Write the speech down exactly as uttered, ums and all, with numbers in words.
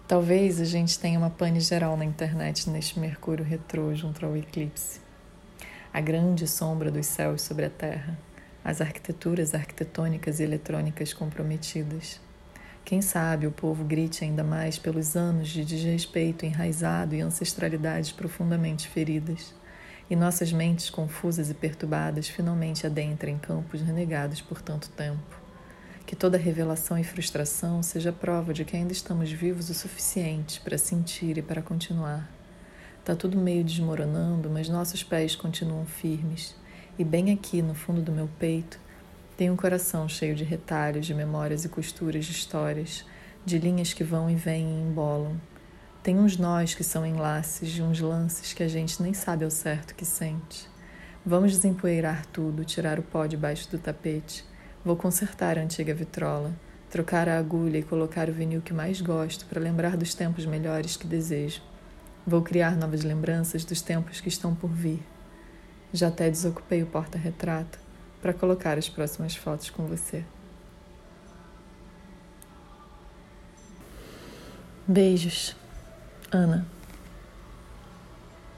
Talvez a gente tenha uma pane geral na internet neste Mercúrio retrô junto ao eclipse. A grande sombra dos céus sobre a Terra, as arquiteturas arquitetônicas e eletrônicas comprometidas. Quem sabe o povo grite ainda mais pelos anos de desrespeito enraizado e ancestralidades profundamente feridas, e nossas mentes confusas e perturbadas finalmente adentrem campos renegados por tanto tempo. Que toda revelação e frustração seja prova de que ainda estamos vivos o suficiente para sentir e para continuar. Tá tudo meio desmoronando, mas nossos pés continuam firmes, e bem aqui no fundo do meu peito tem um coração cheio de retalhos, de memórias e costuras de histórias, de linhas que vão e vêm e embolam. Tem uns nós que são enlaces de uns lances que a gente nem sabe ao certo que sente. Vamos desempoeirar tudo, tirar o pó debaixo do tapete. Vou consertar a antiga vitrola, trocar a agulha e colocar o vinil que mais gosto para lembrar dos tempos melhores que desejo. Vou criar novas lembranças dos tempos que estão por vir. Já até desocupei o porta-retrato para colocar as próximas fotos com você. Beijos, Ana.